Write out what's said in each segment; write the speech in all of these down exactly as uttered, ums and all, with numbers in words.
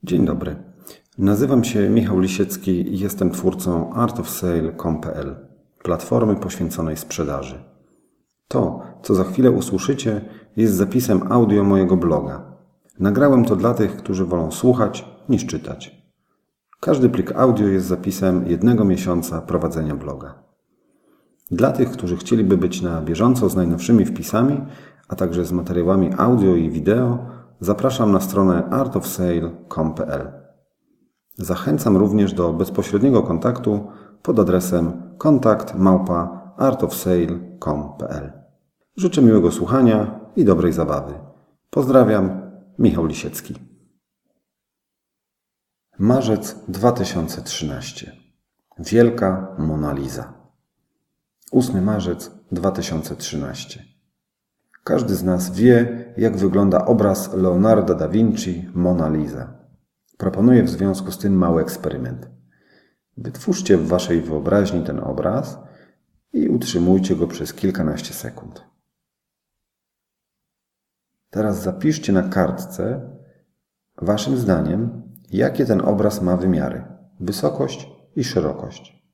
Dzień dobry. Nazywam się Michał Lisiecki i jestem twórcą art of sale kropka com kropka p l, platformy poświęconej sprzedaży. To, co za chwilę usłyszycie, jest zapisem audio mojego bloga. Nagrałem to dla tych, którzy wolą słuchać niż czytać. Każdy plik audio jest zapisem jednego miesiąca prowadzenia bloga. Dla tych, którzy chcieliby być na bieżąco z najnowszymi wpisami, a także z materiałami audio i wideo, zapraszam na stronę art of sale kropka com kropka p l. Zachęcam również do bezpośredniego kontaktu pod adresem kontakt małpa art of sale kropka com kropka p l. Życzę miłego słuchania i dobrej zabawy. Pozdrawiam, Michał Lisiecki. Marzec dwa tysiące trzynasty. Wielka Mona Lisa. ósmy marzec dwa tysiące trzynasty. Każdy z nas wie, jak wygląda obraz Leonarda da Vinci Mona Lisa. Proponuję w związku z tym mały eksperyment. Wytwórzcie w waszej wyobraźni ten obraz i utrzymujcie go przez kilkanaście sekund. Teraz zapiszcie na kartce, waszym zdaniem, jakie ten obraz ma wymiary, wysokość i szerokość.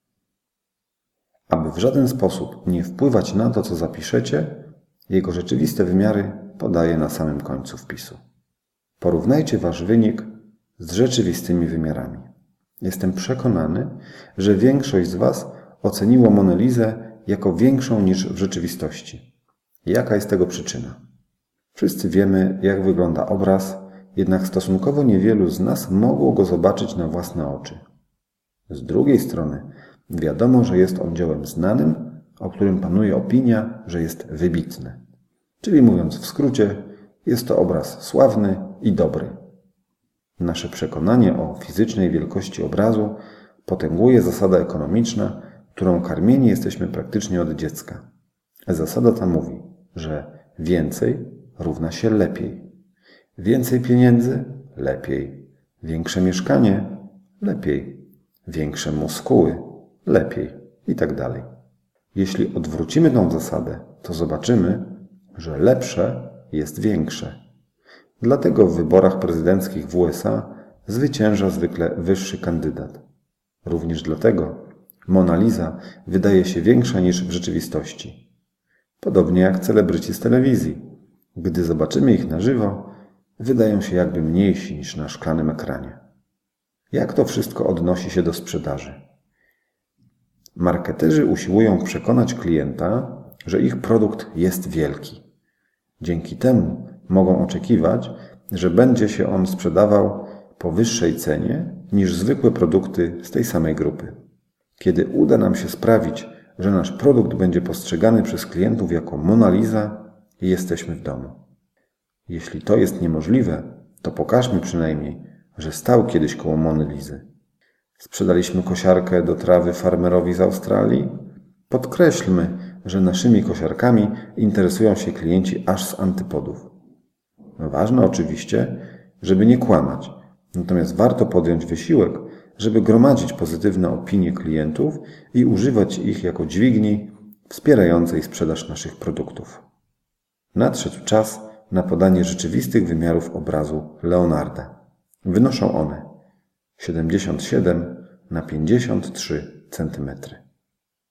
Aby w żaden sposób nie wpływać na to, co zapiszecie, jego rzeczywiste wymiary podaję na samym końcu wpisu. Porównajcie wasz wynik z rzeczywistymi wymiarami. Jestem przekonany, że większość z was oceniło Monę Lisę jako większą niż w rzeczywistości. Jaka jest tego przyczyna? Wszyscy wiemy, jak wygląda obraz, jednak stosunkowo niewielu z nas mogło go zobaczyć na własne oczy. Z drugiej strony wiadomo, że jest on dziełem znanym, o którym panuje opinia, że jest wybitny. Czyli mówiąc w skrócie, jest to obraz sławny i dobry. Nasze przekonanie o fizycznej wielkości obrazu potęguje zasada ekonomiczna, którą karmieni jesteśmy praktycznie od dziecka. Zasada ta mówi, że więcej równa się lepiej. Więcej pieniędzy – lepiej. Większe mieszkanie – lepiej. Większe muskuły – lepiej. I tak dalej. Jeśli odwrócimy tą zasadę, to zobaczymy, że lepsze jest większe. Dlatego w wyborach prezydenckich w U S A zwycięża zwykle wyższy kandydat. Również dlatego Mona Lisa wydaje się większa niż w rzeczywistości. Podobnie jak celebryci z telewizji. Gdy zobaczymy ich na żywo, wydają się jakby mniejsi niż na szklanym ekranie. Jak to wszystko odnosi się do sprzedaży? Marketerzy usiłują przekonać klienta, że ich produkt jest wielki. Dzięki temu mogą oczekiwać, że będzie się on sprzedawał po wyższej cenie niż zwykłe produkty z tej samej grupy. Kiedy uda nam się sprawić, że nasz produkt będzie postrzegany przez klientów jako Mona Lisa, jesteśmy w domu. Jeśli to jest niemożliwe, to pokażmy przynajmniej, że stał kiedyś koło Mony Lisy. Sprzedaliśmy kosiarkę do trawy farmerowi z Australii? Podkreślmy, że naszymi kosiarkami interesują się klienci aż z antypodów. Ważne oczywiście, żeby nie kłamać, natomiast warto podjąć wysiłek, żeby gromadzić pozytywne opinie klientów i używać ich jako dźwigni wspierającej sprzedaż naszych produktów. Nadszedł czas na podanie rzeczywistych wymiarów obrazu Leonarda. Wynoszą one siedemdziesiąt siedem na pięćdziesiąt trzy centymetry.